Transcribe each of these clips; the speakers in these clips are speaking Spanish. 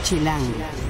Chilango.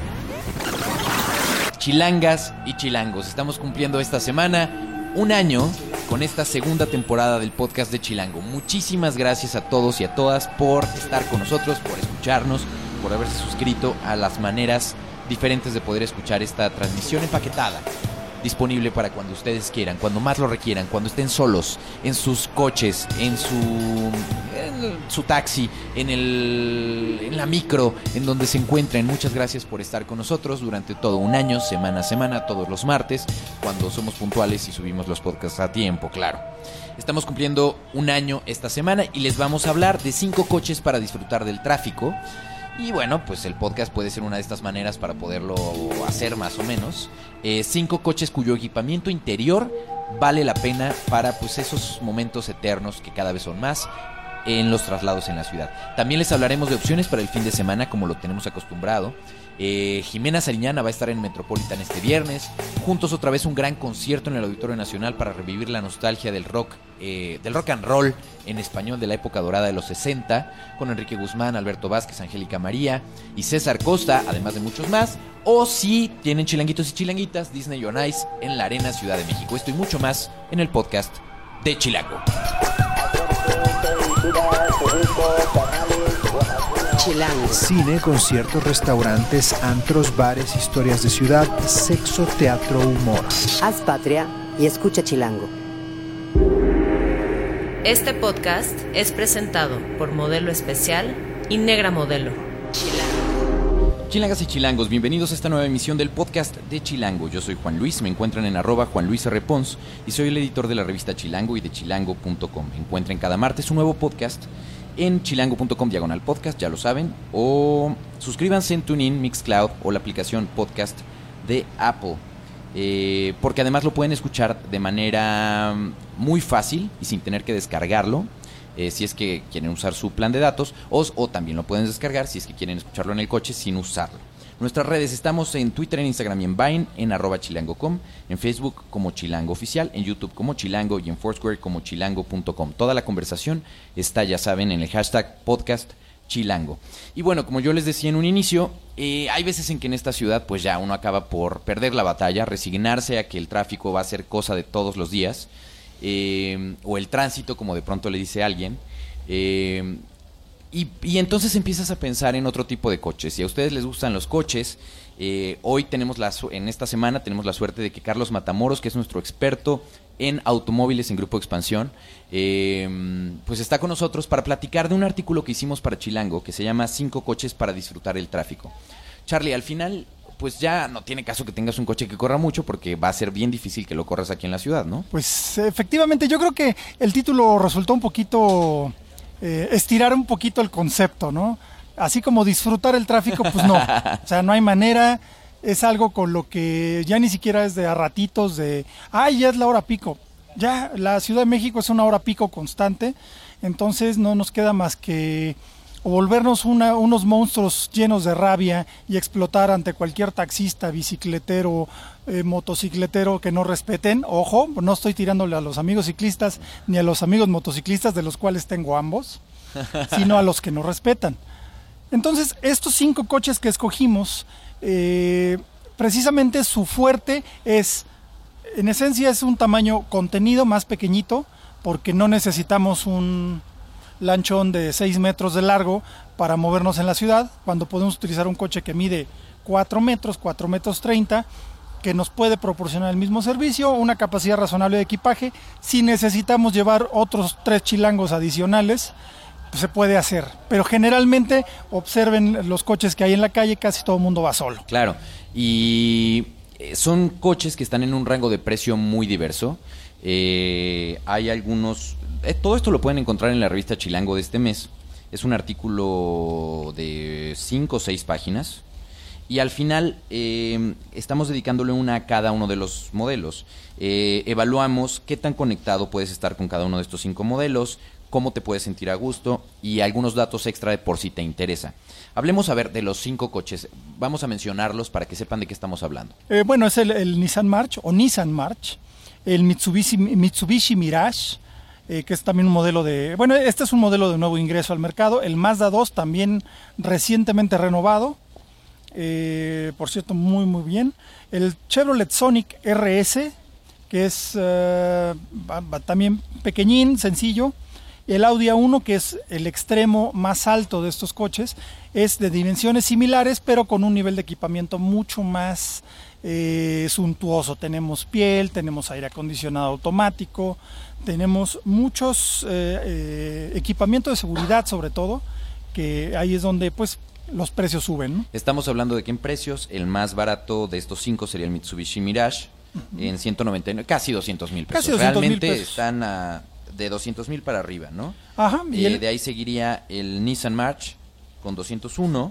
Chilangas y chilangos, estamos cumpliendo esta semana un año con esta segunda temporada del podcast de Chilango. Muchísimas gracias a todos y a todas por estar con nosotros, por escucharnos, por haberse suscrito a las maneras diferentes de poder escuchar esta transmisión empaquetada, disponible para cuando ustedes quieran, cuando más lo requieran, cuando estén solos, en sus coches, en su taxi, en la micro, en donde se encuentren. Muchas gracias por estar con nosotros durante todo un año, semana a semana, todos los martes, cuando somos puntuales y subimos los podcasts a tiempo, claro. Estamos cumpliendo un año esta semana y les vamos a hablar de 5 coches para disfrutar del tráfico. Y bueno, pues el podcast puede ser una de estas maneras para poderlo hacer más o menos. 5 coches cuyo equipamiento interior vale la pena para pues esos momentos eternos que cada vez son más en los traslados en la ciudad. También les hablaremos de opciones para el fin de semana, como lo tenemos acostumbrado. Jimena Sariñana va a estar en Metropolitan este viernes. Juntos otra vez un gran concierto en el Auditorio Nacional para revivir la nostalgia del rock and roll en español de la época dorada de los 60, con Enrique Guzmán, Alberto Vázquez, Angélica María y César Costa, además de muchos más. O si tienen chilanguitos y chilanguitas, Disney on Ice en la Arena Ciudad de México. Esto y mucho más en el podcast de Chilango. Chilango. Cine, conciertos, restaurantes, antros, bares, historias de ciudad, sexo, teatro, humor. Haz patria y escucha Chilango. Este podcast es presentado por Modelo Especial y Negra Modelo. Chilangas y chilangos, bienvenidos a esta nueva emisión del podcast de Chilango. Yo soy Juan Luis, me encuentran en @JuanLuisRpons y soy el editor de la revista Chilango y de chilango.com. Encuentren cada martes un nuevo podcast en chilango.com/podcast, ya lo saben, o suscríbanse en TuneIn, Mixcloud o la aplicación podcast de Apple, porque además lo pueden escuchar de manera muy fácil y sin tener que descargarlo. Si es que quieren usar su plan de datos, o también lo pueden descargar si es que quieren escucharlo en el coche sin usarlo. Nuestras redes, estamos en Twitter, en Instagram y en Vine, en @chilango.com, en Facebook como Chilango Oficial, en YouTube como Chilango y en Foursquare como chilango.com. Toda la conversación está, ya saben, en el hashtag podcast Chilango. Y bueno, como yo les decía en un inicio, hay veces en que en esta ciudad pues ya uno acaba por perder la batalla, resignarse a que el tráfico va a ser cosa de todos los días. O el tránsito, como de pronto le dice alguien, y entonces empiezas a pensar en otro tipo de coches. Si a ustedes les gustan los coches, hoy en esta semana tenemos la suerte de que Carlos Matamoros, que es nuestro experto en automóviles en Grupo Expansión, pues está con nosotros para platicar de un artículo que hicimos para Chilango que se llama 5 coches para disfrutar el tráfico. Charlie, al final pues ya no tiene caso que tengas un coche que corra mucho, porque va a ser bien difícil que lo corras aquí en la ciudad, ¿no? Pues efectivamente, yo creo que el título resultó un poquito, estirar un poquito el concepto, ¿no? Así como disfrutar el tráfico, pues no. O sea, no hay manera, es algo con lo que ya ni siquiera es de a ratitos de, ya es la hora pico. Ya, la Ciudad de México es una hora pico constante, entonces no nos queda más que o volvernos unos monstruos llenos de rabia y explotar ante cualquier taxista, bicicletero, motocicletero que no respeten. Ojo, no estoy tirándole a los amigos ciclistas ni a los amigos motociclistas, de los cuales tengo ambos, sino a los que no respetan. Entonces, estos 5 coches que escogimos, precisamente su fuerte es, en esencia, es un tamaño contenido más pequeñito, porque no necesitamos un lanchón de 6 metros de largo para movernos en la ciudad, cuando podemos utilizar un coche que mide 4 metros 30, que nos puede proporcionar el mismo servicio, una capacidad razonable de equipaje. Si necesitamos llevar otros 3 chilangos adicionales, pues se puede hacer, pero generalmente observen los coches que hay en la calle, casi todo el mundo va solo. Claro, y son coches que están en un rango de precio muy diverso. Hay algunos, todo esto lo pueden encontrar en la revista Chilango de este mes. Es un artículo de 5 o 6 páginas y al final estamos dedicándole una a cada uno de los modelos. Evaluamos qué tan conectado puedes estar con cada uno de estos 5 modelos, cómo te puedes sentir a gusto y algunos datos extra de por si te interesa. Hablemos, a ver, de los 5 coches. Vamos a mencionarlos para que sepan de qué estamos hablando. Bueno, es el Nissan March o Nissan March, el Mitsubishi Mirage, que es también un modelo de... Bueno, este es un modelo de nuevo ingreso al mercado. El Mazda 2, también recientemente renovado. por cierto, muy muy bien. El Chevrolet Sonic RS, que es también pequeñín, sencillo. El Audi A1, que es el extremo más alto de estos coches, es de dimensiones similares, pero con un nivel de equipamiento mucho más suntuoso. Tenemos piel, tenemos aire acondicionado automático, tenemos muchos equipamientos de seguridad, sobre todo, que ahí es donde pues los precios suben, ¿no? Estamos hablando de que en precios el más barato de estos 5 sería el Mitsubishi Mirage, en 199, casi 200,000 pesos. Casi 200,000 Realmente pesos. están de 200,000 para arriba, ¿no? Ajá, y De ahí seguiría el Nissan March con 201.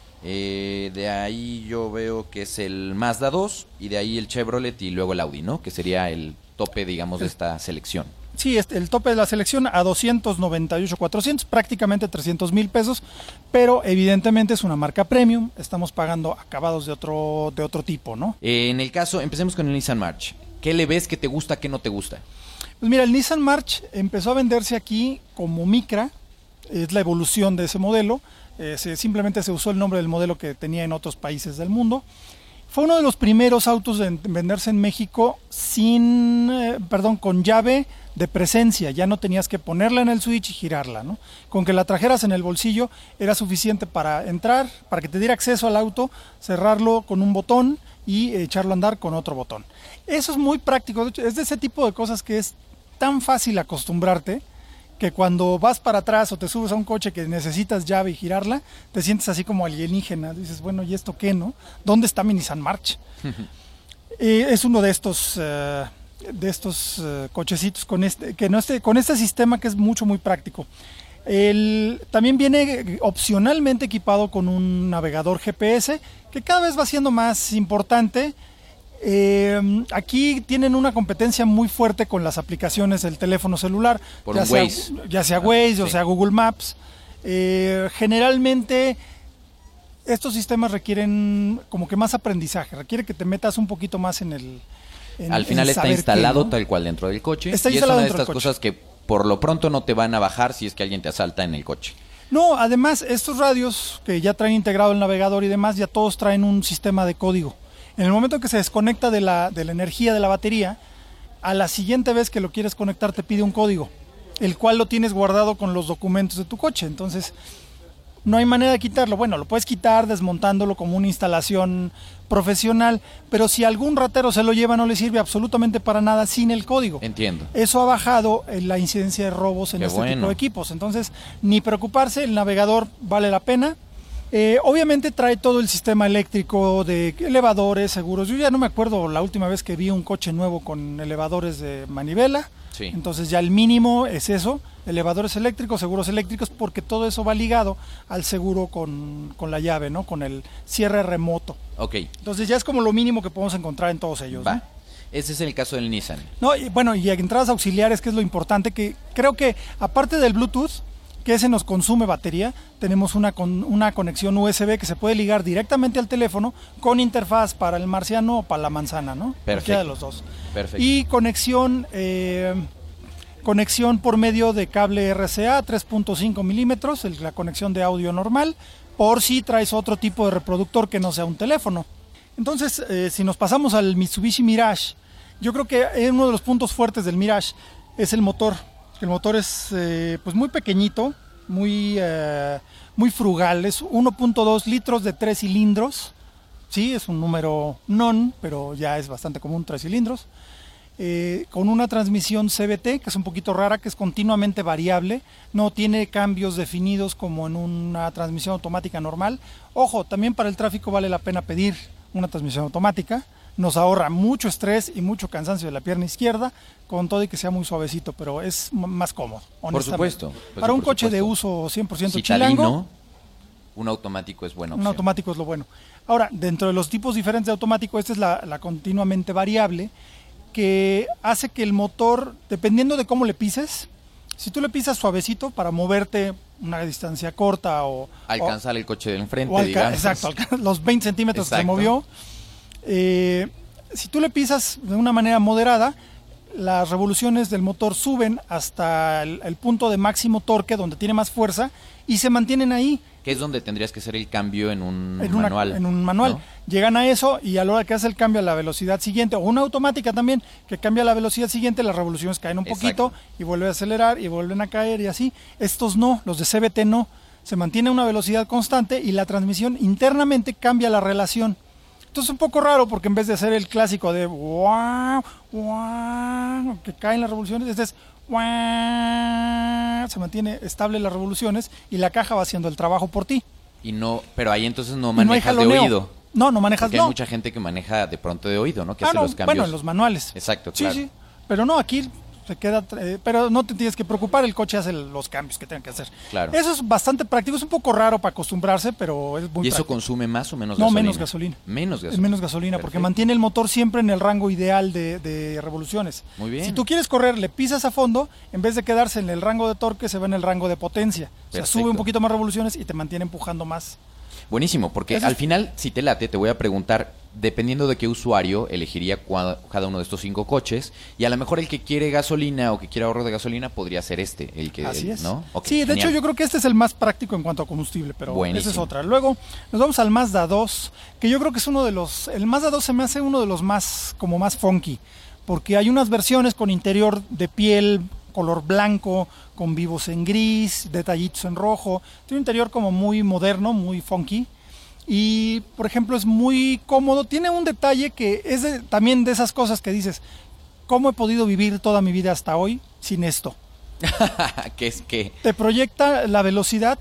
De ahí yo veo que es el Mazda 2 y de ahí el Chevrolet y luego el Audi, ¿no? Que sería el tope, digamos, de esta selección. Sí, el tope de la selección a 298,400, prácticamente 300,000 pesos, pero evidentemente es una marca premium, estamos pagando acabados de otro tipo, ¿no? En el caso, empecemos con el Nissan March. ¿Qué le ves que te gusta, qué no te gusta? Pues mira, el Nissan March empezó a venderse aquí como Micra, es la evolución de ese modelo, simplemente se usó el nombre del modelo que tenía en otros países del mundo. Fue uno de los primeros autos en venderse en México con llave de presencia, ya no tenías que ponerla en el switch y girarla, ¿no? Con que la trajeras en el bolsillo era suficiente para entrar, para que te diera acceso al auto, cerrarlo con un botón y echarlo a andar con otro botón. Eso es muy práctico, de hecho, es de ese tipo de cosas que es tan fácil acostumbrarte que cuando vas para atrás o te subes a un coche que necesitas llave y girarla, te sientes así como alienígena. Dices, bueno, ¿y esto qué, no? ¿Dónde está mi Nissan March? Es uno de estos cochecitos con este sistema que es muy práctico. También viene opcionalmente equipado con un navegador GPS que cada vez va siendo más importante. Aquí tienen una competencia muy fuerte con las aplicaciones del teléfono celular, ya sea Waze o sea Google Maps. Generalmente estos sistemas requieren como que más aprendizaje, requiere que te metas un poquito más al final está instalado tal cual dentro del coche, está y es una de estas cosas que por lo pronto no te van a bajar si es que alguien te asalta en el coche. No, además estos radios que ya traen integrado el navegador y demás, ya todos traen un sistema de código. En el momento que se desconecta de la energía de la batería, a la siguiente vez que lo quieres conectar te pide un código, el cual lo tienes guardado con los documentos de tu coche. Entonces, no hay manera de quitarlo. Bueno, lo puedes quitar desmontándolo como una instalación profesional, pero si algún ratero se lo lleva no le sirve absolutamente para nada sin el código. Entiendo. Eso ha bajado la incidencia de robos en tipo de equipos. Entonces, ni preocuparse, el navegador vale la pena. Obviamente trae todo el sistema eléctrico de elevadores, seguros. Yo ya no me acuerdo la última vez que vi un coche nuevo con elevadores de manivela. Sí. Entonces ya el mínimo es eso, elevadores eléctricos, seguros eléctricos, porque todo eso va ligado al seguro con la llave, ¿no? Con el cierre remoto. Ok. Entonces ya es como lo mínimo que podemos encontrar en todos ellos, Va. ¿no? Ese es el caso del Nissan. No, y bueno, y entradas auxiliares, que es lo importante, que creo que aparte del Bluetooth, que ese nos consume batería, tenemos una conexión USB que se puede ligar directamente al teléfono con interfaz para el marciano o para la manzana, ¿no? Perfecto. Cualquiera de los dos. Perfecto. Y conexión por medio de cable RCA 3.5 milímetros, la conexión de audio normal, por si traes otro tipo de reproductor que no sea un teléfono. Entonces, si nos pasamos al Mitsubishi Mirage, yo creo que uno de los puntos fuertes del Mirage es el motor. El motor es pues muy pequeñito, muy frugal, es 1.2 litros de 3 cilindros, sí, es un número pero ya es bastante común, 3 cilindros, con una transmisión CVT, que es un poquito rara, que es continuamente variable, no tiene cambios definidos como en una transmisión automática normal. Ojo, también para el tráfico vale la pena pedir una transmisión automática. Nos ahorra mucho estrés y mucho cansancio de la pierna izquierda, con todo y que sea muy suavecito, pero es más cómodo, honestamente. Por supuesto. Para un coche de uso 100% citadino, chilango, un automático es buena opción. un automático es lo bueno. Ahora, dentro de los tipos diferentes de automático, esta es la continuamente variable, que hace que el motor, dependiendo de cómo le pises, si tú le pisas suavecito para moverte una distancia corta o alcanzar el coche del enfrente, digamos. Exacto, los 20 centímetros que se movió. Si tú le pisas de una manera moderada, las revoluciones del motor suben hasta el punto de máximo torque, donde tiene más fuerza, y se mantienen ahí. Que es donde tendrías que hacer el cambio en un En manual. un manual. ¿no? Llegan a eso y a la hora que hace el cambio a la velocidad siguiente, o una automática también, que cambia a la velocidad siguiente, las revoluciones caen un poquito y vuelve a acelerar y vuelven a caer y así. Estos no, los de CVT no. Se mantiene a una velocidad constante y la transmisión internamente cambia la relación. Entonces es un poco raro porque en vez de hacer el clásico de wow, wow, que caen las revoluciones, este es wow, se mantiene estable las revoluciones y la caja va haciendo el trabajo por ti. Y no, pero ahí entonces no Y no hay manejas de jaloneo. oído. No manejas, Porque no. hay mucha gente que maneja de pronto de oído, ¿no? Que hace no, los cambios. bueno, en los manuales. Exacto, Sí, claro. sí. Pero no, aquí se queda, pero no te tienes que preocupar, el coche hace los cambios que tenga que hacer. Claro. Eso es bastante práctico, es un poco raro para acostumbrarse, pero es muy ¿Y eso práctico. consume más o menos No, gasolina? menos gasolina. Menos Es gasolina. menos gasolina, porque Perfecto. mantiene el motor siempre en el rango ideal de revoluciones. Muy bien. Si tú quieres correr, le pisas a fondo, en vez de quedarse en el rango de torque, se va en el rango de potencia. O sea, Perfecto. sube un poquito más revoluciones y te mantiene empujando más. Buenísimo, porque Eso es- al final, si te late, te voy a preguntar, dependiendo de qué usuario elegiría cada uno de estos 5 coches, y a lo mejor el que quiere gasolina o que quiere ahorro de gasolina podría ser el que, Así es. ¿no? Ok, Sí, de genial. hecho yo creo que este es el más práctico en cuanto a combustible, pero Buenísimo. esa es otra. Luego nos vamos al Mazda 2, que yo creo que es uno de los... El Mazda 2 se me hace uno de los más funky, porque hay unas versiones con interior de piel color blanco, con vivos en gris, detallitos en rojo. Tiene un interior como muy moderno, muy funky. Y, por ejemplo, es muy cómodo. Tiene un detalle que es también de esas cosas que dices, ¿cómo he podido vivir toda mi vida hasta hoy sin esto? que es que... Te proyecta la velocidad,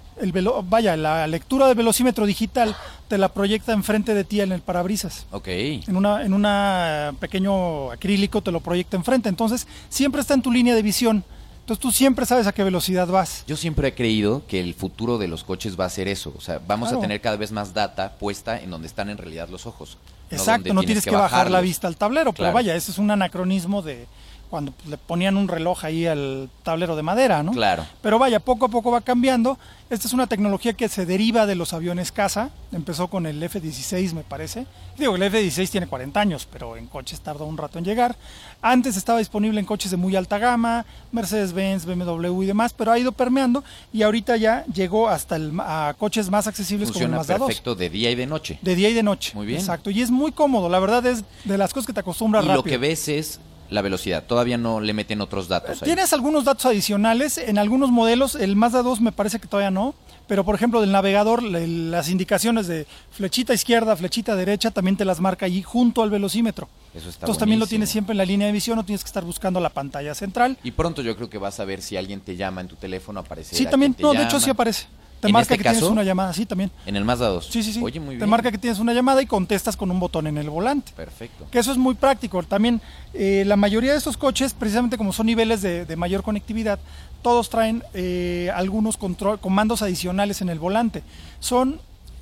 la lectura del velocímetro digital te la proyecta enfrente de ti en el parabrisas. Ok. En una pequeño acrílico te lo proyecta enfrente, entonces siempre está en tu línea de visión. Entonces tú siempre sabes a qué velocidad vas. Yo siempre he creído que el futuro de los coches va a ser eso. O sea, vamos Claro. a tener cada vez más data puesta en donde están en realidad los ojos. Exacto, no donde tienes que bajar la bajarlos. vista al tablero, pero Claro. vaya, ese es un anacronismo de cuando pues, le ponían un reloj ahí al tablero de madera, ¿no? Claro. Pero vaya, poco a poco va cambiando. Esta es una tecnología que se deriva de los aviones caza. Empezó con el F-16, me parece. Digo, el F-16 tiene 40 años, pero en coches tardó un rato en llegar. Antes estaba disponible en coches de muy alta gama, Mercedes-Benz, BMW y demás, pero ha ido permeando y ahorita ya llegó hasta a coches más accesibles como el Funciona Mazda 2. perfecto de día y de noche. De día y de noche. Muy bien. Exacto. Y es muy cómodo. La verdad es de las cosas que te acostumbras Y rápido. lo que ves es la velocidad. Todavía no le meten otros datos ahí. Tienes algunos datos adicionales. En algunos modelos, el Mazda 2 me parece que todavía no. Pero, por ejemplo, del navegador, las indicaciones de flechita izquierda, flechita derecha, también te las marca allí junto al velocímetro. Eso está Entonces también lo buenísimo. tienes siempre en la línea de visión, no tienes que estar buscando la pantalla central. Y pronto yo creo que vas a ver si alguien te llama en tu teléfono, aparecer. Sí, también. No, de hecho sí aparece. aparece. Te ¿En marca este que tienes caso? una llamada. Sí, también. En el Mazda 2. Sí, sí, sí. Oye, muy bien. Te marca que tienes una llamada y contestas con un botón en el volante. Perfecto. Que eso es muy práctico. También la mayoría de estos coches, precisamente como son niveles de mayor conectividad, todos traen algunos comandos adicionales en el volante. Son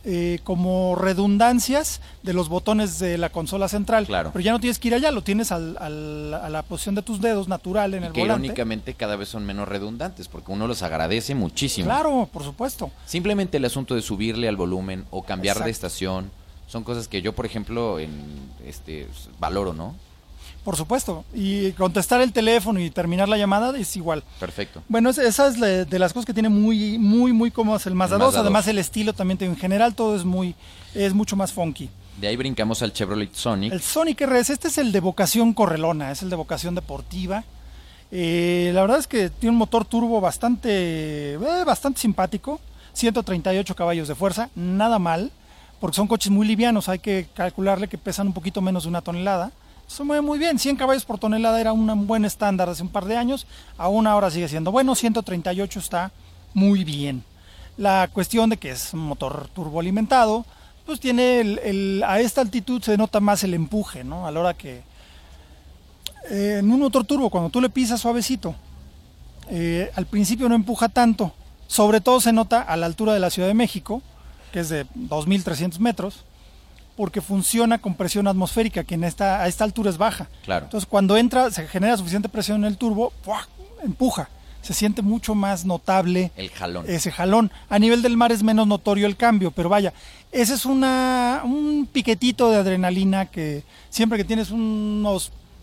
como redundancias de los botones de la consola central. Claro. Pero ya no tienes que ir allá, lo tienes a la posición de tus dedos natural en Y el que volante. irónicamente cada vez son menos redundantes porque uno los agradece muchísimo. Claro, por supuesto. Simplemente el asunto de subirle al volumen o cambiar de Exacto. estación son cosas que yo, por ejemplo, valoro, ¿no? Por supuesto. Y contestar el teléfono y terminar la llamada es igual. Perfecto. Bueno, esa es de las cosas que tiene muy, muy, muy cómodas el Mazda 2. Mazda Además, 2. el estilo también, en general, todo es mucho más funky. De ahí brincamos al Chevrolet Sonic. El Sonic RS, este es el de vocación correlona, es el de vocación deportiva. La verdad es que tiene un motor turbo bastante simpático, 138 caballos de fuerza, nada mal, porque son coches muy livianos, hay que calcularle que pesan un poquito menos de 1 tonelada. Se mueve muy bien, 100 caballos por tonelada era un buen estándar hace un par de años, aún ahora sigue siendo bueno, 138 está muy bien. La cuestión de que es un motor turboalimentado, pues tiene a esta altitud se nota más el empuje, ¿no? A la hora que en un motor turbo, cuando tú le pisas suavecito, al principio no empuja tanto, sobre todo se nota a la altura de la Ciudad de México, que es de 2.300 metros, porque funciona con presión atmosférica, que a esta altura es baja. Claro. Entonces cuando entra, se genera suficiente presión en el turbo, ¡puah!, empuja. Se siente mucho más notable El jalón. ese jalón. A nivel del mar es menos notorio el cambio, pero vaya, ese es un piquetito de adrenalina que siempre que tienes unos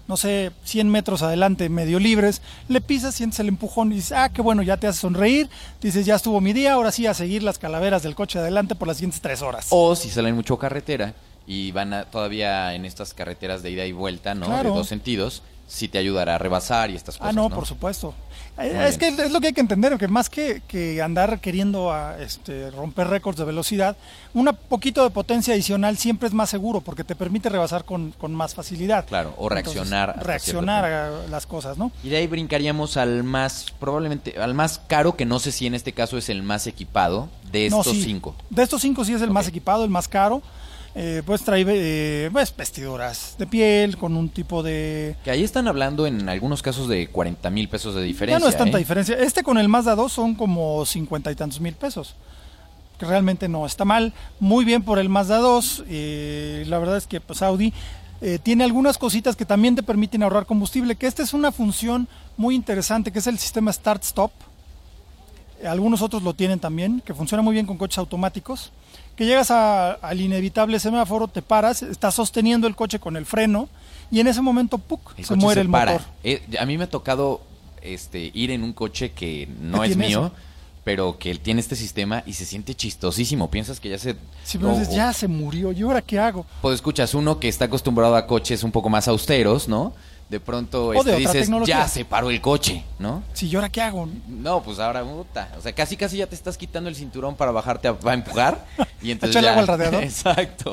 no sé, 100 metros adelante, medio libres, le pisas, sientes el empujón y dices, qué bueno, ya te hace sonreír, dices, ya estuvo mi día, ahora sí a seguir las calaveras del coche adelante por las siguientes 3 horas. O si salen mucho carretera y van todavía en estas carreteras de ida y vuelta, ¿no? Claro. De 2 sentidos, sí te ayudará a rebasar y estas cosas, no, ¿no? por supuesto. Muy Es bien. que es lo que hay que entender, que más que andar queriendo romper récords de velocidad, un poquito de potencia adicional siempre es más seguro porque te permite rebasar con más facilidad. Claro, o reaccionar. Entonces, hasta reaccionar cierto a las cosas, ¿no? punto. Y de ahí brincaríamos probablemente al más caro, que no sé si en este caso es el más equipado de No, estos sí. 5. De estos 5 sí es el más equipado, el más caro. Pues trae vestiduras de piel con un tipo de... Que ahí están hablando en algunos casos de 40,000 pesos de diferencia. Ya no es tanta ¿eh? diferencia. Con el Mazda 2 son como 50 y tantos mil pesos. Que realmente no está mal. Muy bien por el Mazda 2. La verdad es que pues Audi tiene algunas cositas que también te permiten ahorrar combustible. Que esta es una función muy interesante, que es el sistema Start-Stop. Algunos otros lo tienen también, que funciona muy bien con coches automáticos. Que llegas al inevitable semáforo, te paras, estás sosteniendo el coche con el freno y en ese momento ¡puc! El Se coche muere el para. motor. A mí me ha tocado ir en un coche que no ¿Qué es tiene mío, eso? pero que tiene este sistema y se siente chistosísimo. Piensas que ya se... Si me dices, ya se murió, ¿y ahora qué hago? Pues escuchas uno que está acostumbrado a coches un poco más austeros, ¿no? De pronto de otra dices, tecnología. ya se paró el coche, ¿no? Si ¿y ahora qué hago? No, pues ahora, puta. O sea, casi ya te estás quitando el cinturón para bajarte a empujar. Y entonces Echarle ya... agua al radiador. Exacto.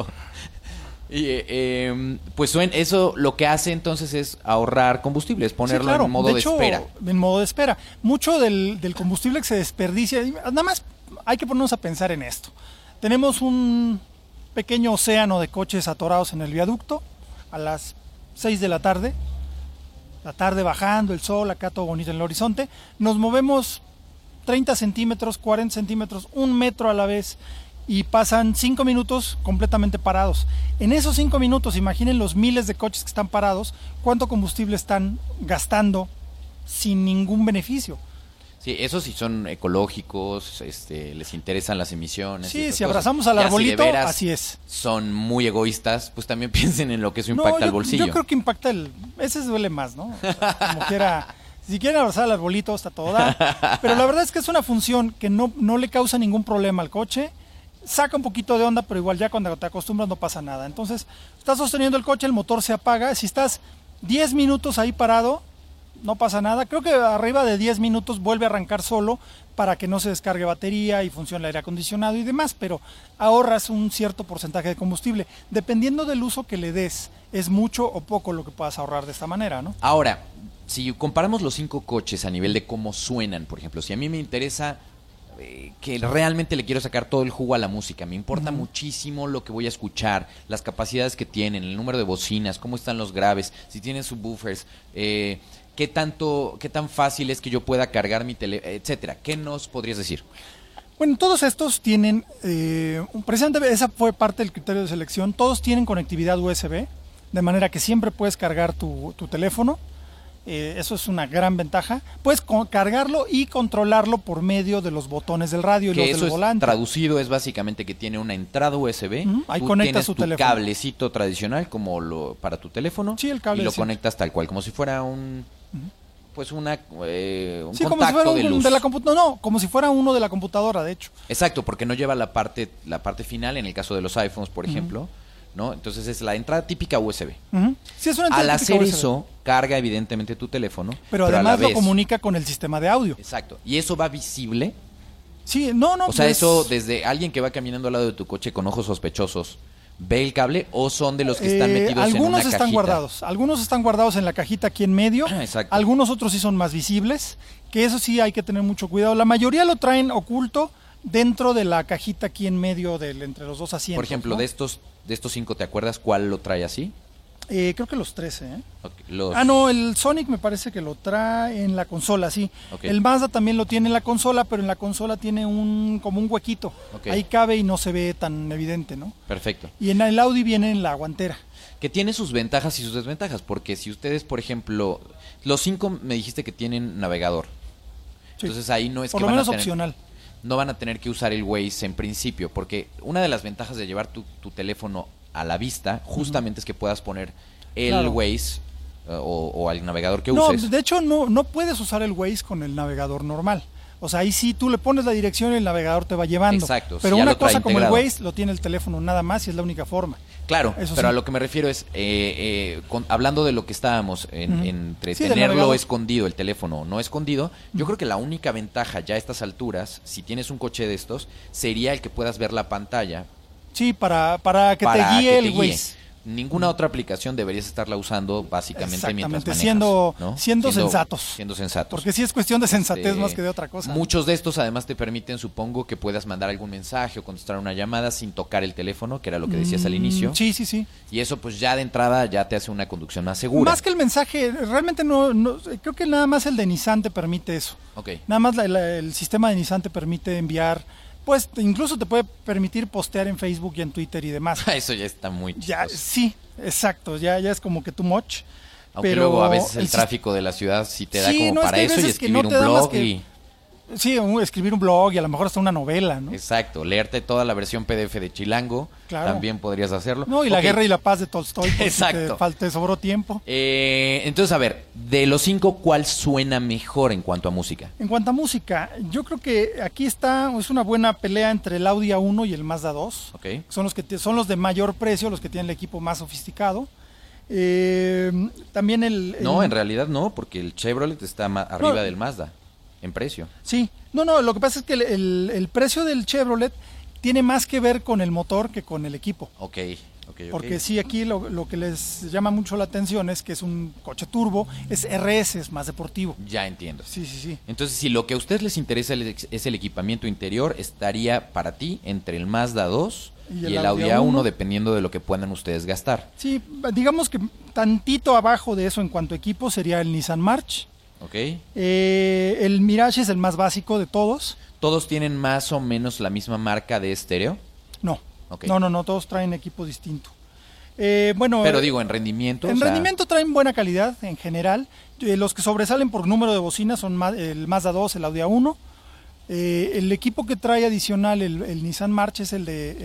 Y pues eso lo que hace entonces es ahorrar combustible, es ponerlo Sí, claro. en modo de hecho, espera. En modo de espera. Mucho del combustible que se desperdicia, nada más hay que ponernos a pensar en esto. Tenemos un pequeño océano de coches atorados en el viaducto a las 6 de la tarde bajando, el sol, acá todo bonito en el horizonte. Nos movemos 30 centímetros, 40 centímetros, 1 metro a la vez y pasan 5 minutos completamente parados. En esos 5 minutos, imaginen los miles de coches que están parados, cuánto combustible están gastando sin ningún beneficio. Sí, esos sí son ecológicos, les interesan las emisiones. Sí, y esas si cosas. abrazamos al Ya si de arbolito, veras así es. son muy egoístas, pues también piensen en lo que eso impacta al bolsillo. Yo creo que impacta ese duele más, ¿no? Como quiera, si quieren abrazar al arbolito, está todo da. Pero la verdad es que es una función que no le causa ningún problema al coche. Saca un poquito de onda, pero igual ya cuando te acostumbras no pasa nada. Entonces, estás sosteniendo el coche, el motor se apaga. Si estás 10 minutos ahí parado, no pasa nada. Creo que arriba de 10 minutos vuelve a arrancar solo para que no se descargue batería y funcione el aire acondicionado y demás, pero ahorras un cierto porcentaje de combustible. Dependiendo del uso que le des, es mucho o poco lo que puedas ahorrar de esta manera, ¿no? Ahora, si comparamos los 5 coches a nivel de cómo suenan, por ejemplo, si a mí me interesa que realmente le quiero sacar todo el jugo a la música, me importa muchísimo lo que voy a escuchar, las capacidades que tienen, el número de bocinas, cómo están los graves, si tienen subwoofers, qué tan fácil es que yo pueda cargar mi teléfono, etcétera. ¿Qué nos podrías decir? Bueno, todos estos tienen, precisamente esa fue parte del criterio de selección, todos tienen conectividad USB, de manera que siempre puedes cargar tu teléfono. Eso es una gran ventaja. Puedes cargarlo y controlarlo por medio de los botones del radio y Que los eso del es volante. traducido, es básicamente que tiene una entrada USB. Ahí Tú conectas tienes tu tu teléfono. cablecito tradicional como para tu teléfono. Sí, el cable y lo de siempre. conectas tal cual, como si fuera un un Sí, como si contacto fuera de luz. como si fuera uno de la computadora, de hecho. Exacto, porque no lleva la parte final en el caso de los iPhones, por ejemplo, ¿no? Entonces es la entrada típica USB. Sí, es una Al entrada hacer típica USB, eso, carga evidentemente tu teléfono, pero a la además lo vez- comunica con el sistema de audio. Exacto. Y eso va visible. Sí, no, O sea, pues, eso desde alguien que va caminando al lado de tu coche con ojos sospechosos, ¿ve el cable o son de los que están metidos en una algunos cajita? están guardados. Algunos están guardados en la cajita aquí en medio. Exacto. Algunos otros sí son más visibles, que eso sí hay que tener mucho cuidado. La mayoría lo traen oculto dentro de la cajita aquí en medio entre los dos asientos. Por ejemplo, ¿no? de estos 5, ¿te acuerdas cuál lo trae así? Creo que los 13, ¿eh? Ok, los- No, el Sonic me parece que lo trae en la consola, sí. Ok. El Mazda también lo tiene en la consola, pero en la consola tiene como un huequito. Ok. Ahí cabe y no se ve tan evidente, ¿no? Perfecto. Y en el Audi viene en la guantera. Que tiene sus ventajas y sus desventajas, porque si ustedes, por ejemplo, los 5 me dijiste que tienen navegador. Sí. Entonces ahí no es Por que lo van menos a tener, opcional. no van a tener que usar el Waze en principio, porque una de las ventajas de llevar tu teléfono a la vista justamente es que puedas poner el Claro. Waze o al navegador que No, uses. de hecho no puedes usar el Waze con el navegador normal. O sea, ahí sí tú le pones la dirección y el navegador te va llevando. Exacto, Pero sí, ya una lo trae cosa como el integrado. Waze lo tiene el teléfono nada más y es la única forma. Claro, Eso pero sí. a lo que me refiero es, hablando de lo que estábamos, entre Sí, del tenerlo navegador. escondido, el teléfono no escondido, yo creo que la única ventaja ya a estas alturas, si tienes un coche de estos, sería el que puedas ver la pantalla Sí, para que para te guíe que el te guíe. Waze. Ninguna otra aplicación deberías estarla usando básicamente mientras Exactamente, manejas. siendo sensatos. Siendo sensatos. Porque sí es cuestión de sensatez Este, más que de otra cosa. Muchos de estos además te permiten, supongo, que puedas mandar algún mensaje o contestar una llamada sin tocar el teléfono, que era lo que decías al inicio. Sí, sí, sí. Y eso pues ya de entrada ya te hace una conducción más segura. Más que el mensaje, realmente no, creo que nada más el de Nissan te permite eso. Ok. Nada más el sistema de Nissan te permite enviar, pues incluso te puede permitir postear en Facebook y en Twitter y demás. Eso ya está muy Ya, chistoso. sí, exacto, ya es como que too much. Aunque pero luego a veces el sis- tráfico de la ciudad sí te da Sí, como no, es para que hay eso y veces que escribir no un te da más blog que- y... Sí, escribir un blog y a lo mejor hasta una novela, ¿no? Exacto, leerte toda la versión PDF de Chilango, Claro. también podrías hacerlo. No, y La Ok. guerra y la paz de Tolstoy, porque Exacto. te sobró tiempo. Entonces, a ver, de los 5, ¿cuál suena mejor en cuanto a música? En cuanto a música, yo creo que aquí es una buena pelea entre el Audi A1 y el Mazda 2. Ok. Son los que son los de mayor precio, los que tienen el equipo más sofisticado. También No, en realidad no, porque el Chevrolet está arriba No. del Mazda, en precio. Sí, no, lo que pasa es que el precio del Chevrolet tiene más que ver con el motor que con el equipo. Ok. Porque sí, aquí lo que les llama mucho la atención es que es un coche turbo, es RS, es más deportivo. Ya entiendo. Sí, sí, sí. Entonces, si lo que a ustedes les interesa es el equipamiento interior, estaría para ti entre el Mazda 2 y el Audi A1, dependiendo de lo que puedan ustedes gastar. Sí, digamos que tantito abajo de eso en cuanto a equipo sería el Nissan March. ¿Ok? El Mirage es el más básico de todos. ¿Todos tienen más o menos la misma marca de estéreo? No, Ok. no, todos traen equipo distinto. Bueno, Pero digo, en rendimiento. en o sea, rendimiento traen buena calidad en general. Los que sobresalen por número de bocinas son el Mazda 2, el Audi A1. El equipo que trae adicional el Nissan March es el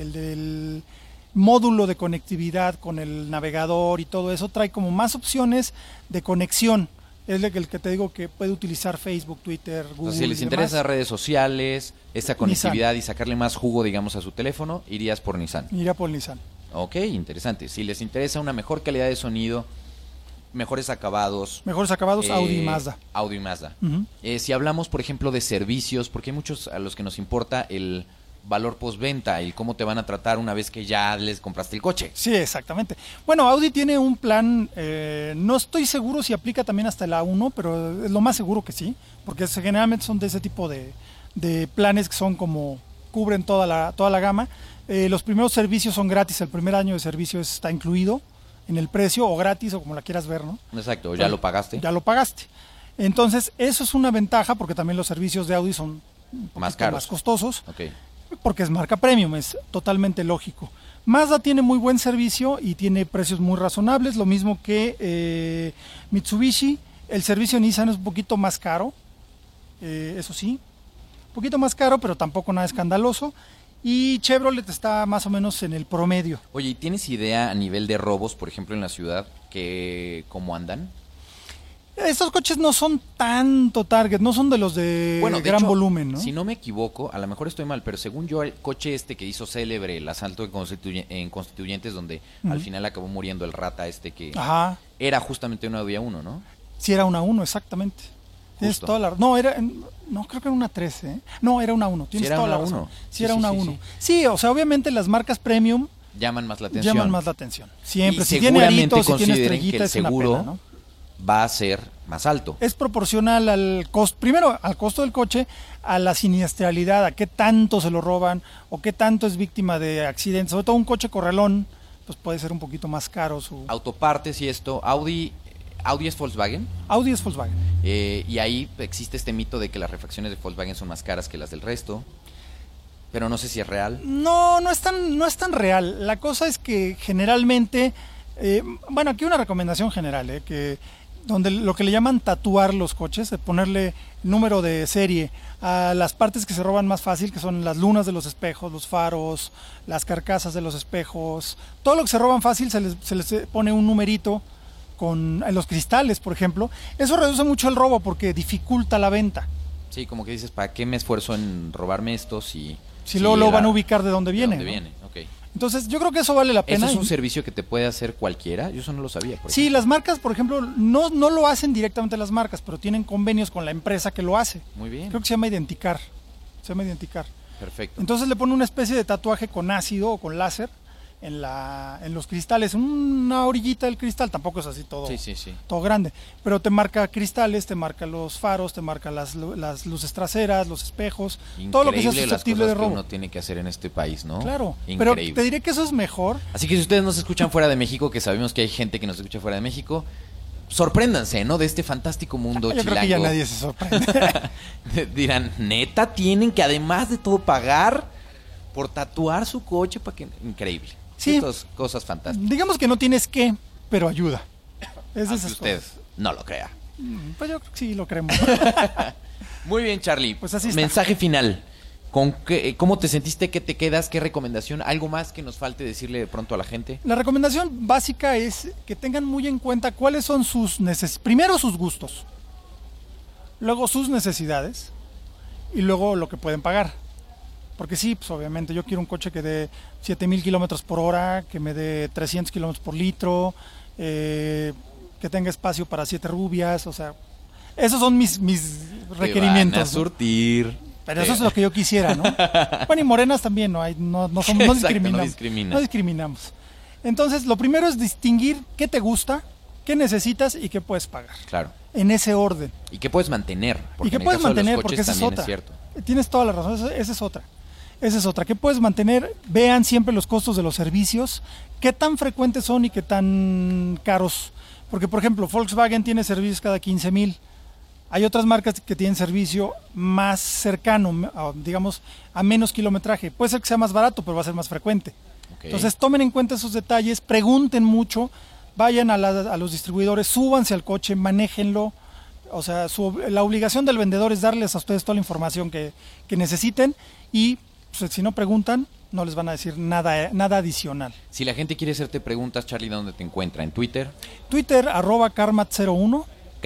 del módulo de conectividad con el navegador y todo eso. Trae como más opciones de conexión. Es el que te digo que puede utilizar Facebook, Twitter, o Google. sea, si les y interesa demás. redes sociales, esa conectividad y sacarle más jugo, digamos, a su teléfono, irías por Nissan. Iría por Nissan. Ok, interesante. Si les interesa una mejor calidad de sonido, mejores acabados. Mejores acabados, Audi y Mazda. Audi y Mazda. Ujú. Si hablamos, por ejemplo, de servicios, porque hay muchos a los que nos importa el valor postventa, el cómo te van a tratar una vez que ya les compraste el coche. Sí, exactamente. Bueno, Audi tiene un plan, no estoy seguro si aplica también hasta el A1, pero es lo más seguro que sí, porque generalmente son de ese tipo de planes que son como, cubren toda la gama. Los primeros servicios son gratis, el primer año de servicio está incluido en el precio, o gratis, o como la quieras ver, ¿no? Exacto, ya lo pagaste. Ya lo pagaste. Entonces, eso es una ventaja, porque también los servicios de Audi son un Más poquito caros. más costosos. Ok. Porque es marca premium, es totalmente lógico. Mazda tiene muy buen servicio y tiene precios muy razonables, lo mismo que Mitsubishi. El servicio Nissan es un poquito más caro, eso sí, un poquito más caro, pero tampoco nada escandaloso. Y Chevrolet está más o menos en el promedio. Oye, ¿y tienes idea a nivel de robos, por ejemplo, en la ciudad, que cómo andan? Estos coches no son tanto target, no son de los de De gran hecho, volumen, ¿no? Si no me equivoco, a lo mejor estoy mal, pero según yo, el coche este que hizo célebre el asalto en Constituyentes, donde al final acabó muriendo el rata que Ajá, era justamente un Audi A1, ¿no? sí era una 1, exactamente. Tienes Justo. toda la... No, creo que era una 13, ¿eh? No, era una 1, tienes era toda una la razón. 1. Sí, Sí, era sí, una sí, 1. sí. Sí, o sea, obviamente las marcas premium Llaman más la atención. llaman más la atención. Siempre, Y si tiene seguramente aritos, si tiene consideren que estrellita, el es una seguro pena, ¿no? va a ser más alto. Es proporcional al costo, primero al costo del coche, a la siniestralidad, a qué tanto se lo roban o qué tanto es víctima de accidentes. Sobre todo un coche corralón, pues puede ser un poquito más caro su... Autopartes y esto, Audi es Volkswagen, Audi es Volkswagen. y ahí existe este mito de que las refacciones de Volkswagen son más caras que las del resto, pero no sé si es real. No es tan real. La cosa es que generalmente, bueno, aquí una recomendación general, que donde lo que le llaman tatuar los coches, de ponerle número de serie a las partes que se roban más fácil, que son las lunas de los espejos, los faros, las carcasas de los espejos, todo lo que se roban fácil se les pone un numerito en los cristales, por ejemplo, eso reduce mucho el robo porque dificulta la venta. Sí, como que dices, ¿para qué me esfuerzo en robarme esto si luego van a ubicar de dónde viene? De dónde ¿no? viene, ok. Entonces, yo creo que eso vale la pena. ¿Eso es un servicio que te puede hacer cualquiera? Yo eso no lo sabía. Sí, las marcas, por ejemplo, no lo hacen directamente las marcas, pero tienen convenios con la empresa que lo hace. Muy bien. Creo que se llama Identicar. Perfecto. Entonces le ponen una especie de tatuaje con ácido o con láser en los cristales, una orillita del cristal, tampoco es así todo, todo grande, pero te marca cristales, te marca los faros, te marca las luces traseras, los espejos, Increíble todo lo que sea susceptible de robo. Que uno tiene que hacer en este país, ¿no? Claro, increíble. Pero te diré que eso es mejor. Así que si ustedes nos escuchan fuera de México, que sabemos que hay gente que nos escucha fuera de México, sorpréndanse, ¿no? De este fantástico mundo Yo chilango. creo que ya nadie se sorprende. Dirán, ¿neta tienen que además de todo pagar por tatuar su coche para que...? Increíble. Sí. Estas cosas fantásticas. Digamos que no tienes que, pero ayuda. Es de Aunque esas usted cosas. no lo crea. Pues yo creo que sí lo creemos. Muy bien, Charlie. Pues así está. Mensaje final. ¿Cómo te sentiste? ¿Qué te quedas? ¿Qué recomendación? ¿Algo más que nos falte decirle de pronto a la gente? La recomendación básica es que tengan muy en cuenta cuáles son primero sus gustos, luego sus necesidades y luego lo que pueden pagar. Porque sí, pues obviamente yo quiero un coche que dé 7,000 kilómetros por hora, que me dé 300 kilómetros por litro, que tenga espacio para 7 rubias, o sea, esos son mis requerimientos. Te van a surtir. Pero eso es lo que yo quisiera, ¿no? Bueno, y morenas también, no Exacto, discriminamos. No discriminamos. Entonces, lo primero es distinguir qué te gusta, qué necesitas y qué puedes pagar. Claro. En ese orden. Y qué puedes mantener. Y qué puedes mantener, porque esa es otra. Es cierto. Tienes toda la razón, esa es otra. Esa es otra. ¿Qué puedes mantener? Vean siempre los costos de los servicios, qué tan frecuentes son y qué tan caros. Porque, por ejemplo, Volkswagen tiene servicios cada 15,000. Hay otras marcas que tienen servicio más cercano, digamos, a menos kilometraje. Puede ser que sea más barato, pero va a ser más frecuente. Okay. Entonces, tomen en cuenta esos detalles, pregunten mucho, vayan a los distribuidores, súbanse al coche, manéjenlo. O sea, la obligación del vendedor es darles a ustedes toda la información que necesiten y pues, si no preguntan, no les van a decir nada adicional. Si la gente quiere hacerte preguntas, Charlie, ¿dónde te encuentra? ¿En Twitter? Twitter, @carmat01.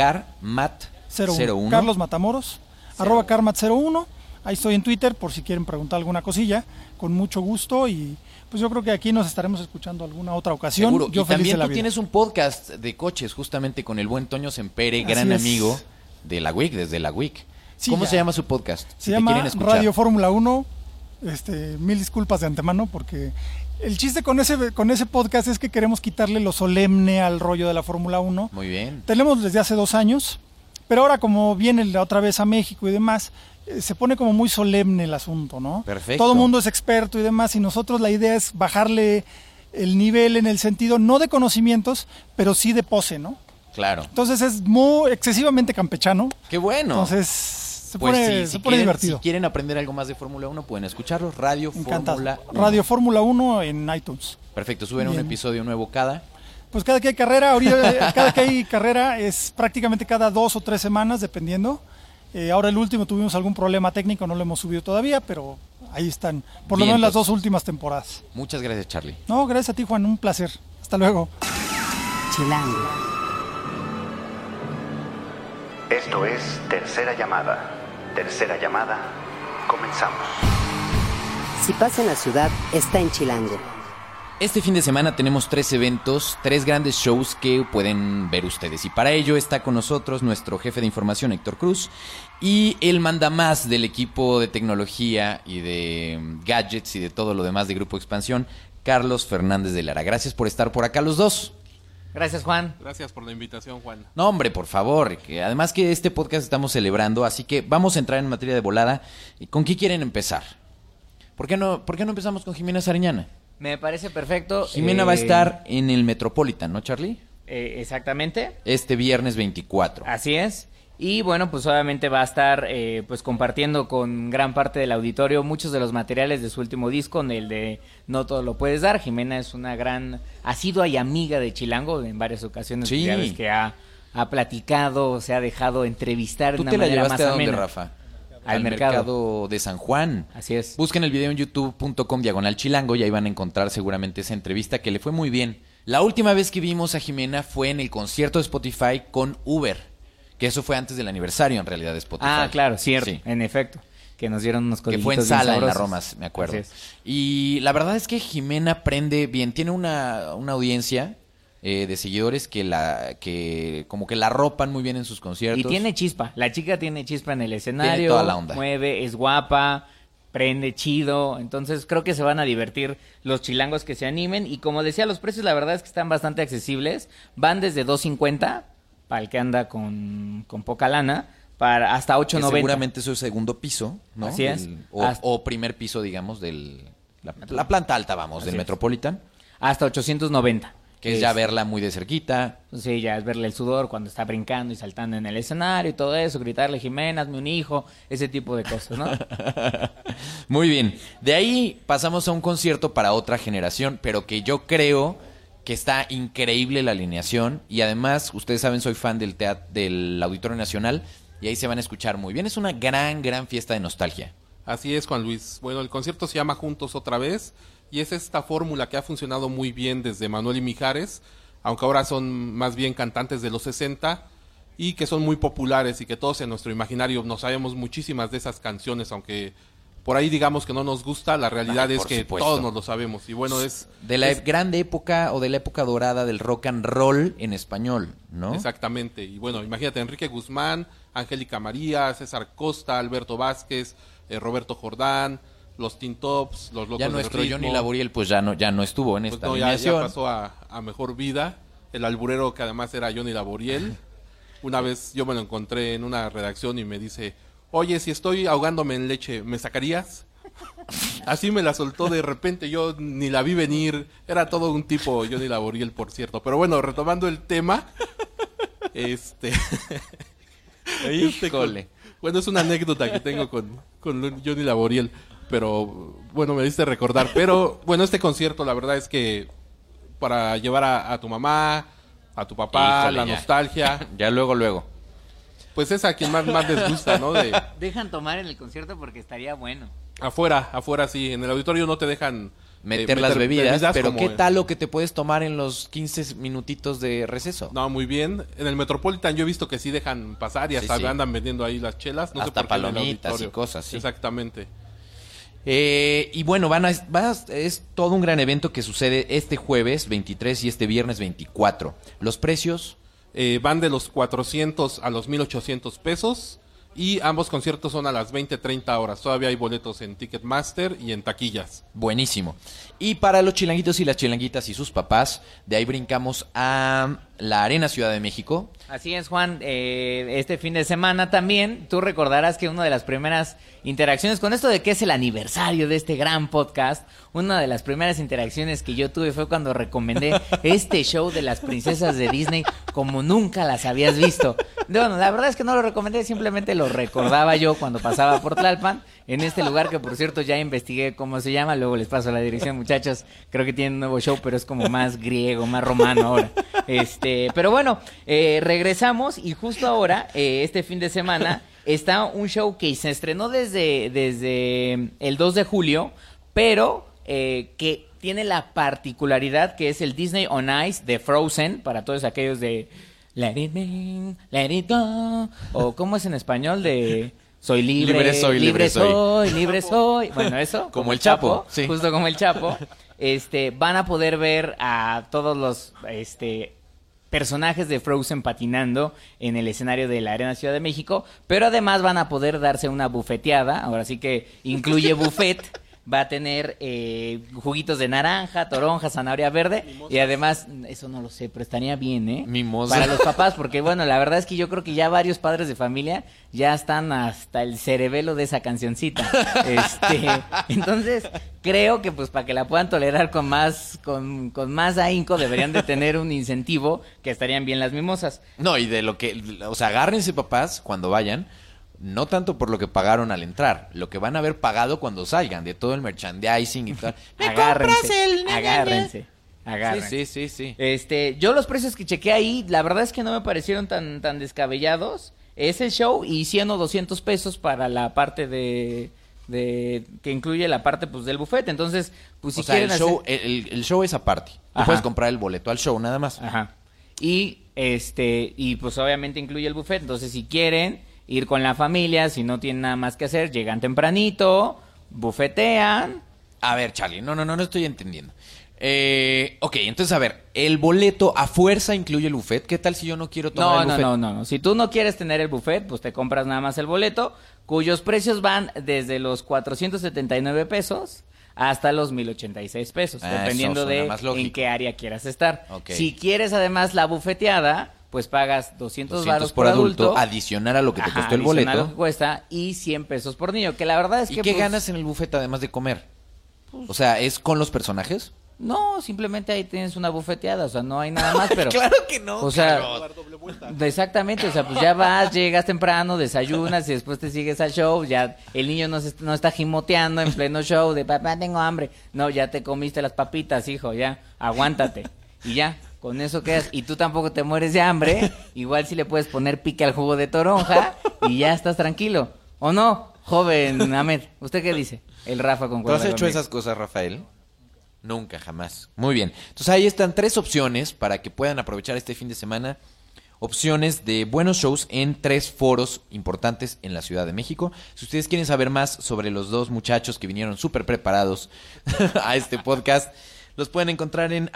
Carmat01. Carlos Matamoros, @carmat01. Ahí estoy en Twitter por si quieren preguntar alguna cosilla, con mucho gusto y pues yo creo que aquí nos estaremos escuchando alguna otra ocasión. Seguro. Yo y feliz también de la tú vida. tienes un podcast de coches justamente con el buen Toño Sempere, gran Así es. amigo de la WIC, desde la WIC. Sí, ¿Cómo ya. se llama su podcast? Se llama Radio Fórmula 1. Mil disculpas de antemano porque el chiste con ese podcast es que queremos quitarle lo solemne al rollo de la Fórmula 1. Muy bien. Tenemos desde hace 2 años, pero ahora como viene la otra vez a México y demás, se pone como muy solemne el asunto, ¿no? Perfecto. Todo el mundo es experto y demás y nosotros la idea es bajarle el nivel en el sentido no de conocimientos, pero sí de pose, ¿no? Claro. Entonces es muy excesivamente campechano. Qué bueno. Entonces se pone divertido. Si quieren aprender algo más de Fórmula 1, pueden escucharlos. Radio Encantado. Fórmula 1. Radio Fórmula 1 en iTunes. Perfecto, suben Bien. un episodio nuevo cada. Pues cada que hay carrera, ahorita cada que hay carrera es prácticamente cada 2 o 3 semanas, dependiendo. Ahora el último tuvimos algún problema técnico, no lo hemos subido todavía, pero ahí están, por lo Bien, menos las pues. 2 últimas temporadas. Muchas gracias, Charlie. No, gracias a ti, Juan, un placer. Hasta luego. Chilango. Esto es Tercera Llamada. Tercera Llamada, comenzamos. Si pasa en la ciudad, está en Chilango. Este fin de semana tenemos 3 eventos, 3 grandes shows que pueden ver ustedes. Y para ello está con nosotros nuestro jefe de información, Héctor Cruz, y el mandamás del equipo de tecnología y de gadgets y de todo lo demás de Grupo Expansión, Carlos Fernández de Lara. Gracias por estar por acá los dos. Gracias, Juan. Gracias por la invitación, Juan. No, hombre, por favor. Que además que este podcast estamos celebrando, así que vamos a entrar en materia de volada. ¿Con qué quieren empezar? ¿Por qué no empezamos con Jimena Sariñana? Me parece perfecto. Jimena va a estar en el Metropolitan, ¿no, Charlie? Exactamente. Este viernes 24. Así es. Y bueno, pues obviamente va a estar pues compartiendo con gran parte del auditorio muchos de los materiales de su último disco, en el de No Todo Lo Puedes Dar. Jimena es una gran asidua y amiga de Chilango, en varias ocasiones Sí. ya ves que ha platicado, se ha dejado entrevistar de ¿Tú una te la manera llevaste más a dónde, amena. Rafa? Al mercado de San Juan. Así es. Busquen el video en youtube.com/chilango y ahí van a encontrar seguramente esa entrevista que le fue muy bien La última vez que vimos a Jimena fue en el concierto de Spotify con Uber, que eso fue antes del aniversario en realidad de Spotify. Ah, claro, cierto, Sí. en efecto. Que nos dieron unos Que codiguitos fue en bien sala en la sabrosos. Roma, me acuerdo. Así es. Y la verdad es que Jimena prende bien. Tiene una audiencia de seguidores que como que la arropan muy bien en sus conciertos. Y tiene chispa. La chica tiene chispa en el escenario. Tiene toda la onda. Mueve, es guapa, prende chido. Entonces creo que se van a divertir los chilangos que se animen. Y como decía, los precios la verdad es que están bastante accesibles. Van desde $2.50 para el que anda con poca lana, para hasta Que $8.90. seguramente es el segundo piso, ¿no? Así es. O primer piso, digamos, la planta alta, vamos, Así del es. Metropolitan. Hasta $890. Que es ya verla muy de cerquita. Sí, ya es verle el sudor cuando está brincando y saltando en el escenario y todo eso, gritarle Jimena, hazme un hijo, ese tipo de cosas, ¿no? Muy bien. De ahí pasamos a un concierto para otra generación, pero que yo creo que está increíble la alineación. Y además, ustedes saben, soy fan del Auditorio Nacional y ahí se van a escuchar muy bien. Es una gran fiesta de nostalgia. Así es, Juan Luis. Bueno, el concierto se llama Juntos Otra Vez y es esta fórmula que ha funcionado muy bien desde Manuel y Mijares, aunque ahora son más bien cantantes de los 60 y que son muy populares y que todos en nuestro imaginario nos sabemos muchísimas de esas canciones, aunque por ahí digamos que no nos gusta, la realidad es por que supuesto. todos nos lo sabemos. Y bueno, es... De la grande época o de la época dorada del rock and roll en español, ¿no? Exactamente. Y bueno, imagínate, Enrique Guzmán, Angélica María, César Costa, Alberto Vázquez, Roberto Jordán, los Teen Tops, los Locos Ya del nuestro Ritmo. Johnny Laboriel pues ya no estuvo en Pues esta no, ya alineación. pasó a mejor vida. El alburero que además era Johnny Laboriel. Una vez yo me lo encontré en una redacción y me dice, oye, si estoy ahogándome en leche, ¿me sacarías? Así me la soltó de repente, yo ni la vi venir. Era todo un tipo Johnny Laboriel, por cierto. Pero bueno, retomando el tema, Híjole. bueno, es una anécdota que tengo con Johnny Laboriel, pero bueno, me diste recordar. Pero bueno, este concierto la verdad es que para llevar a tu mamá, a tu papá, Híjole, la ya. nostalgia, Ya luego. pues es a quien más les gusta, ¿no? De Dejan tomar en el concierto porque estaría bueno. afuera sí, en el auditorio no te dejan Meter las bebidas, pero como ¿qué tal lo que te puedes tomar en los 15 minutitos de receso? No, muy bien. En el Metropolitan yo he visto que sí dejan pasar y hasta Sí. andan vendiendo ahí las chelas. No sé Hasta por qué en el palomitas auditorio. y cosas, sí. Exactamente. Y bueno, es todo un gran evento que sucede este jueves 23 y este viernes 24. Los precios, Van de los 400 a los 1,800 pesos y ambos conciertos son a las 20:30 horas. Todavía hay boletos en Ticketmaster y en taquillas. buenísimo. Y para los chilanguitos y las chilanguitas y sus papás, de ahí brincamos a la Arena Ciudad de México. Así es, Juan. Este fin de semana también, tú recordarás que una de las primeras interacciones, con esto de que es el aniversario de este gran podcast, una de las primeras interacciones que yo tuve fue cuando recomendé este show de las princesas de Disney como nunca las habías visto. Bueno, la verdad es que no lo recomendé, simplemente lo recordaba yo cuando pasaba por Tlalpan, en este lugar que por cierto ya investigué cómo se llama, luego les paso la dirección, muchachos. Creo que tienen un nuevo show, pero es como más griego, más romano ahora. Pero bueno, regresamos y justo ahora, este fin de semana, está un show que se estrenó desde el 2 de julio, pero que tiene la particularidad que es el Disney on Ice de Frozen, para todos aquellos de Let it be, let it go, o ¿cómo es en español? De soy libre, libre soy. Bueno, eso. Como el Chapo, sí. Justo como el Chapo. Van a poder ver a todos los personajes de Frozen patinando en el escenario de la Arena Ciudad de México, pero además van a poder darse una bufeteada, ahora sí que incluye buffet. Va a tener juguitos de naranja, toronja, zanahoria verde. Mimosas. Y además, eso no lo sé, pero estaría bien, ¿eh? Mimosas. Para los papás, porque bueno, la verdad es que yo creo que ya varios padres de familia ya están hasta el cerebelo de esa cancioncita. Entonces, creo que pues para que la puedan tolerar con más ahínco, deberían de tener un incentivo que estarían bien las mimosas. No, y de lo que, o sea, agárrense papás cuando vayan. No tanto por lo que pagaron al entrar, lo que van a haber pagado cuando salgan, de todo el merchandising y tal. Agárrense. Sí. Yo los precios que chequé ahí, la verdad es que no me parecieron tan descabellados. Es el show y 100 o 200 pesos para la parte de que incluye la parte pues del buffet. Entonces, pues si o sea, quieren el show, el show es aparte. Tú Ajá. puedes comprar el boleto al show nada más. Ajá. Y pues obviamente incluye el buffet. Entonces, si quieren ir con la familia, si no tienen nada más que hacer, llegan tempranito, bufetean. A ver, Charlie, no estoy entendiendo. Ok, entonces a ver, el boleto a fuerza incluye el buffet. ¿Qué tal si yo no quiero tomar el buffet? No. Si tú no quieres tener el buffet, pues te compras nada más el boleto, cuyos precios van desde los 479 pesos hasta los 1086 pesos, dependiendo eso suena de más lógico. en qué área quieras estar. Ok. Si quieres además la bufeteada, pues pagas 200 varos por adulto, adicional a lo que te costó el adicional a boleto. lo que cuesta, y 100 pesos por niño, que la verdad es ¿Y que qué pues, ganas en el buffet además de comer? O sea, ¿es con los personajes? No, simplemente ahí tienes una bufeteada, o sea, no hay nada más, pero... Claro que no, o sea, Carlos. exactamente, o sea, pues ya vas, llegas temprano, desayunas y después te sigues al show, ya el niño no está gimoteando en pleno show de papá, tengo hambre. No, ya te comiste las papitas, hijo, ya, aguántate. Y ya, con eso quedas, y tú tampoco te mueres de hambre, igual si le puedes poner pique al jugo de toronja y ya estás tranquilo. ¿O no, joven Ahmed? ¿Usted qué dice? El Rafa con ¿Tú has conmigo. hecho esas cosas, Rafael? Nunca, jamás. Muy bien. Entonces ahí están 3 opciones para que puedan aprovechar este fin de semana. Opciones de buenos shows en 3 foros importantes en la Ciudad de México. Si ustedes quieren saber más sobre los 2 muchachos que vinieron súper preparados a este podcast, los pueden encontrar en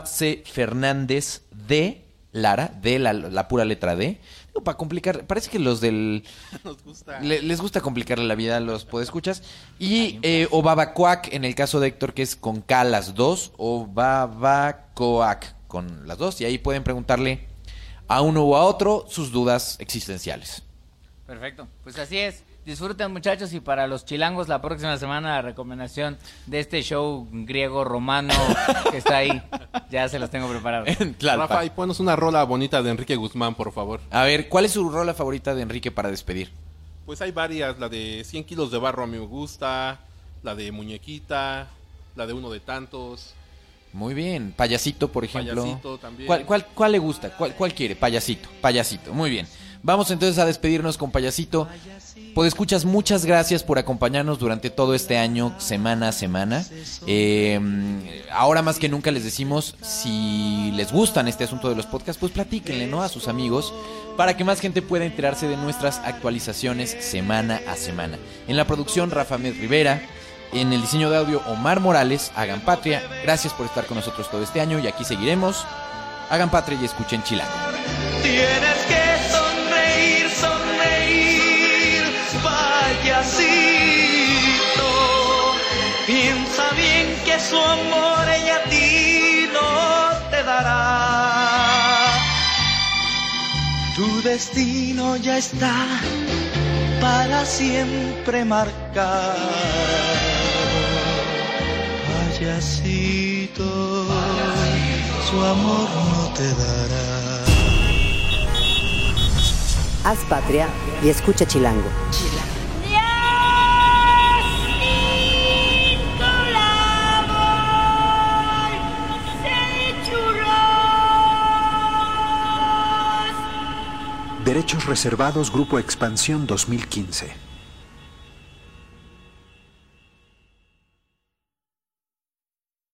@cfernandezd, Lara, de la pura letra D. Para complicar, parece que los del... les gusta complicarle la vida a los podescuchas. Y o Babacoac, en el caso de Héctor, que es con K las 2, o Babacoac con las 2. Y ahí pueden preguntarle a uno o a otro sus dudas existenciales. Perfecto, pues así es. Disfruten, muchachos, y para los chilangos la próxima semana la recomendación de este show griego romano que está ahí. Ya se los tengo preparados. Rafa, y ponos una rola bonita de Enrique Guzmán, por favor. A ver, ¿cuál es su rola favorita de Enrique para despedir? Pues hay varias, la de 100 kilos de barro a mí me gusta, la de Muñequita, la de Uno de Tantos. Muy bien, Payasito, por ejemplo. Payasito también. ¿Cuál le gusta? ¿Cuál quiere? Payasito, muy bien. Vamos entonces a despedirnos con Payasito. Podescuchas, muchas gracias por acompañarnos durante todo este año, semana a semana. Ahora más que nunca les decimos, si les gustan este asunto de los podcasts, pues platíquenle, ¿no?, a sus amigos, para que más gente pueda enterarse de nuestras actualizaciones semana a semana. En la producción, Rafa Med Rivera. En el diseño de audio, Omar Morales. Hagan patria. Gracias por estar con nosotros todo este año y aquí seguiremos. Hagan patria y escuchen Chilango. Tienes que sonreír, payasito. Piensa bien que su amor ella a ti no te dará. Tu destino ya está para siempre marcado. Payasito, su amor no te dará. Haz patria y escucha Chilango. Derechos reservados, Grupo Expansión 2015.